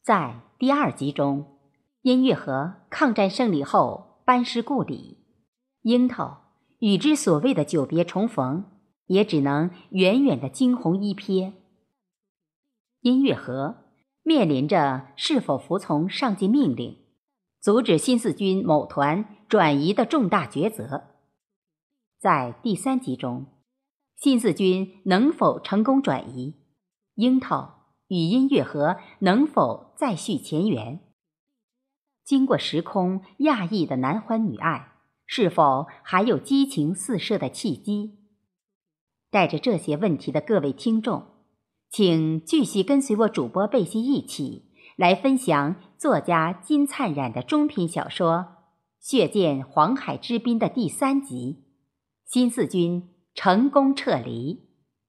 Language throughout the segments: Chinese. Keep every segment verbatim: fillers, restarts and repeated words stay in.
在第二集中，音乐盒抗战胜利后班师故里，樱桃与之所谓的久别重逢，也只能远远的惊鸿一瞥。音乐盒面临着是否服从上级命令，阻止新四军某团转移的重大抉择。在第三集中，新四军能否成功转移，樱桃与音乐盒能否再续前缘？经过时空亚裔的男欢女爱，是否还有激情四射的契机？带着这些问题的各位听众，请继续跟随我主播贝西一起来分享作家金灿染的中篇小说《血溅黄海之滨》的第三集：新四军成功撤离。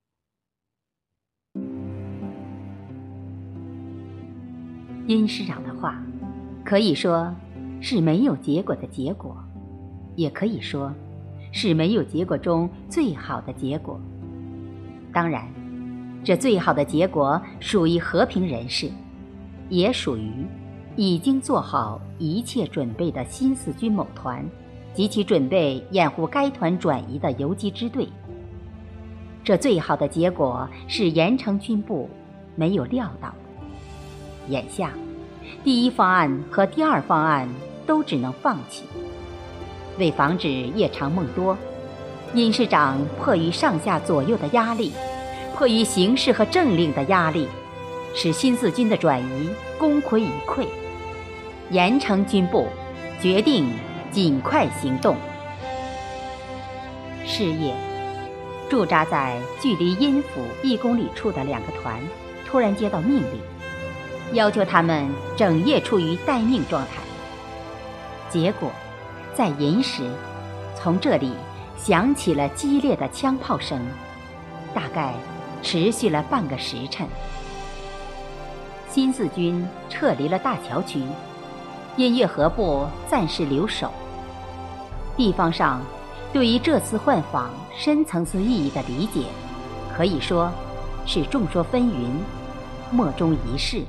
殷师长的话可以说是没有结果的结果，也可以说是没有结果中最好的结果。当然，这最好的结果属于和平人士，也属于已经做好一切准备的新四军某团及其准备掩护该团转移的游击支队。这最好的结果是盐城军部没有料到的。眼下，第一方案和第二方案都只能放弃。为防止夜长梦多，殷师长迫于上下左右的压力，迫于形势和政令的压力，使新四军的转移功亏一篑。盐城军部决定尽快行动。是夜，驻扎在距离殷府一公里处的两个团突然接到命令，要求他们整夜处于待命状态。结果在寅时，从这里响起了激烈的枪炮声，大概持续了半个时辰。新四军撤离了大桥区，音乐盒部暂时留守。地方上对于这次换访深层次意义的理解，可以说是众说纷纭，莫衷一是。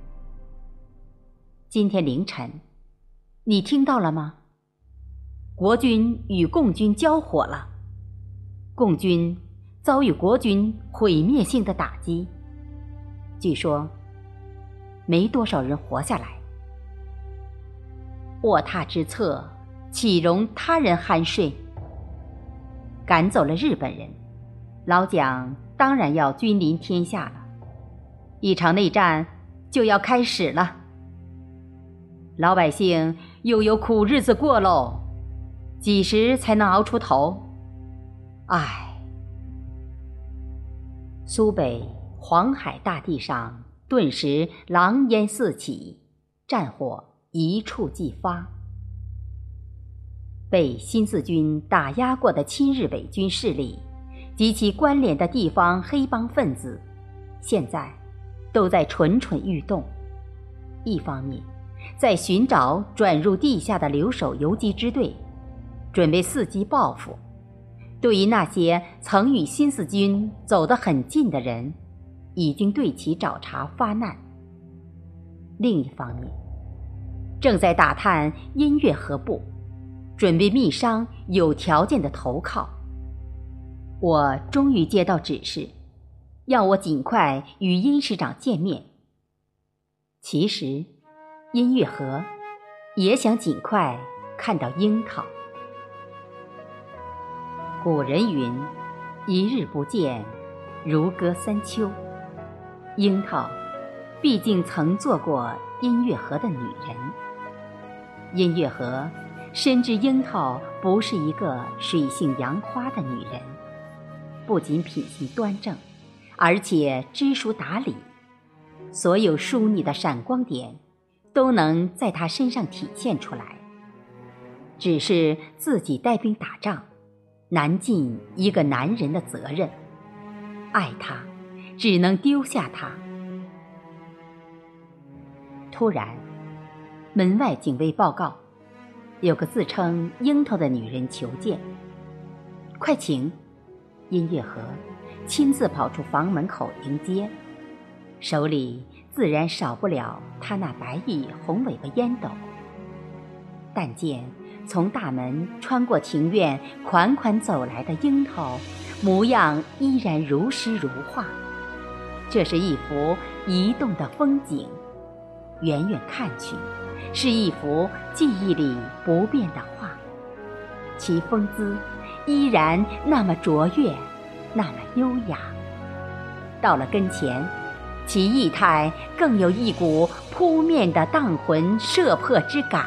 今天凌晨，你听到了吗？国军与共军交火了，共军遭遇国军毁灭性的打击，据说没多少人活下来。卧榻之侧，岂容他人酣睡？赶走了日本人，老蒋当然要君临天下了，一场内战就要开始了。老百姓又有苦日子过喽，几时才能熬出头？唉。苏北黄海大地上顿时狼烟四起，战火一触即发。被新四军打压过的亲日伪军势力及其关联的地方黑帮分子，现在都在蠢蠢欲动。一方面在寻找转入地下的留守游击支队，准备伺机报复；对于那些曾与新四军走得很近的人，已经对其找茬发难。另一方面，正在打探音乐盒部，准备密商有条件的投靠。我终于接到指示，要我尽快与殷师长见面。其实音乐盒也想尽快看到樱桃。古人云，一日不见，如隔三秋。樱桃毕竟曾做过音乐盒的女人，音乐盒深知樱桃不是一个水性杨花的女人，不仅品行端正，而且知书达理，所有淑女的闪光点都能在她身上体现出来。只是自己带兵打仗，难尽一个男人的责任，爱她只能丢下她。突然，门外警卫报告，有个自称樱桃的女人求见。快请！音乐盒亲自跑出房门口迎接。 手里自然少不了他那白玉红尾巴烟斗。但见从大门穿过庭院款款走来的樱桃，模样依然如诗如画。这是一幅移动的风景，远远看去，是一幅记忆里不变的画，其风姿依然那么卓越，那么优雅。到了跟前，其意态更有一股扑面的荡魂摄魄之感。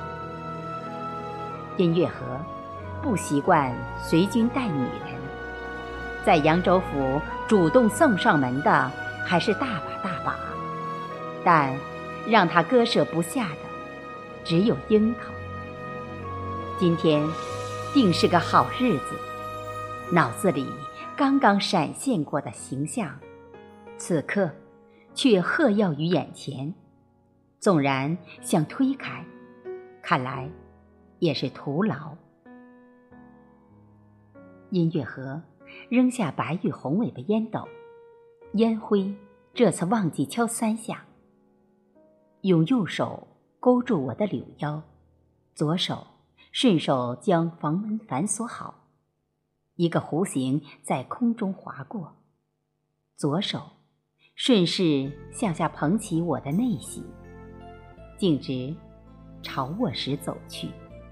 音乐盒不习惯随军带女人，在扬州府主动送上门的还是大把大把，但让他割舍不下的只有樱桃。今天定是个好日子，脑子里刚刚闪现过的形象，此刻却鹤耀于眼前。纵然想推开，看来也是徒劳。音乐盒扔下白玉红尾巴烟斗，烟灰这次忘记敲三下，用右手勾住我的柳腰，左手顺手将房门反锁好，一个弧形在空中划过，左手顺势向下捧起我的内息，径直朝卧室走去。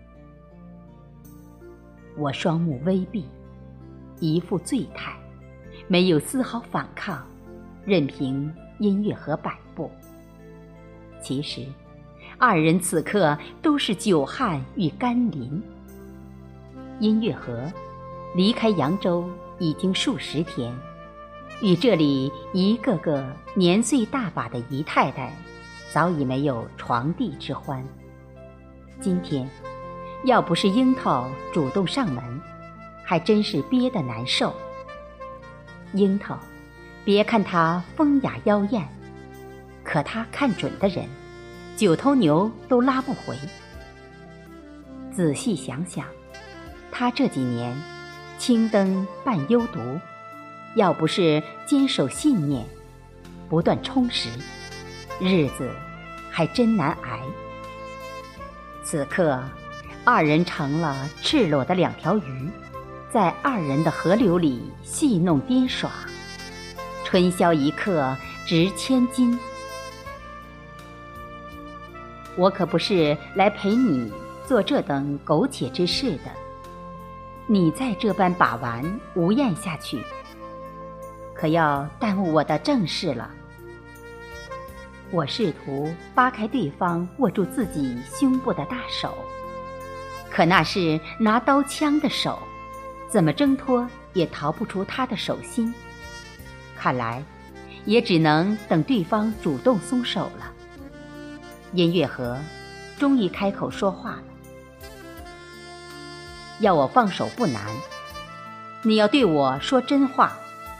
我双目微闭，一副醉态，没有丝毫反抗，任凭音乐盒摆布。其实二人此刻都是久旱与甘霖。音乐盒离开扬州已经数十天，与这里一个个年岁大把的姨太太早已没有床笫之欢。今天要不是樱桃主动上门，还真是憋得难受。樱桃别看她风雅妖艳，可她看准的人，九头牛都拉不回。仔细想想，她这几年青灯伴幽读，要不是坚守信念，不断充实，日子还真难挨。此刻二人成了赤裸的两条鱼，在二人的河流里戏弄颠耍，春宵一刻值千金。我可不是来陪你做这等苟且之事的，你再这般把玩无厌下去，可要耽误我的正事了。我试图扒开对方握住自己胸部的大手，可那是拿刀枪的手，怎么挣脱也逃不出他的手心。看来也只能等对方主动松手了。音乐盒终于开口说话了，要我放手不难，你要对我说真话。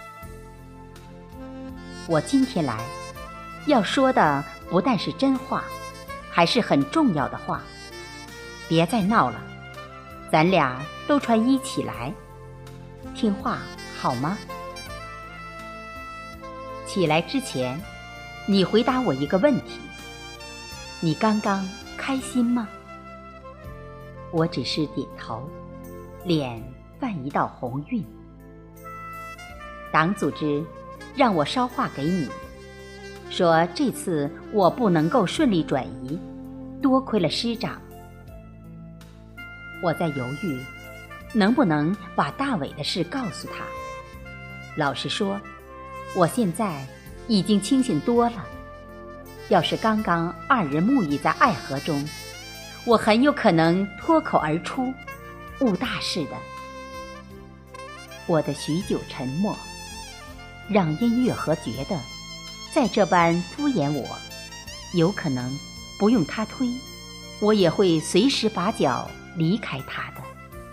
我今天来要说的不但是真话，还是很重要的话。别再闹了，咱俩都穿衣起来，听话好吗？起来之前，你回答我一个问题，你刚刚开心吗？我只是点头，脸泛一道红晕。党组织让我捎话给你，说这次我不能够顺利转移，多亏了师长。我在犹豫，能不能把大伟的事告诉他。老实说，我现在已经清醒多了。要是刚刚二人沐浴在爱河中，我很有可能脱口而出，误大事的。我的许久沉默，让音乐盒觉得再这般敷衍我，有可能不用他推，我也会随时把脚离开他的。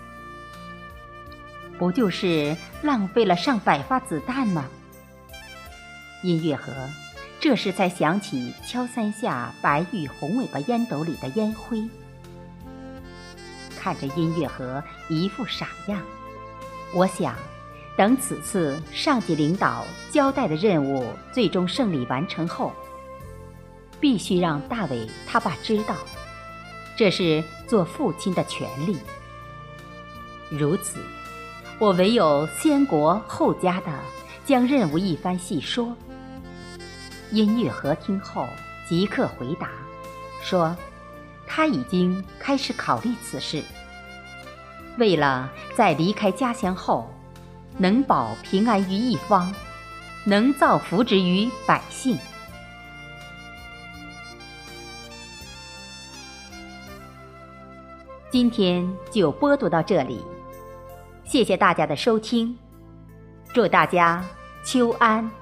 不就是浪费了上百发子弹吗？音乐盒这时才想起敲三下白玉红尾巴烟斗里的烟灰。看着音乐盒一副傻样，我想等此次上级领导交代的任务最终胜利完成后，必须让大伟他爸知道，这是做父亲的权利。如此，我唯有先国后家的将任务一番细说。殷月河听后即刻回答说，他已经开始考虑此事，为了在离开家乡后能保平安于一方，能造福祉于百姓。今天就播读到这里，谢谢大家的收听，祝大家秋安。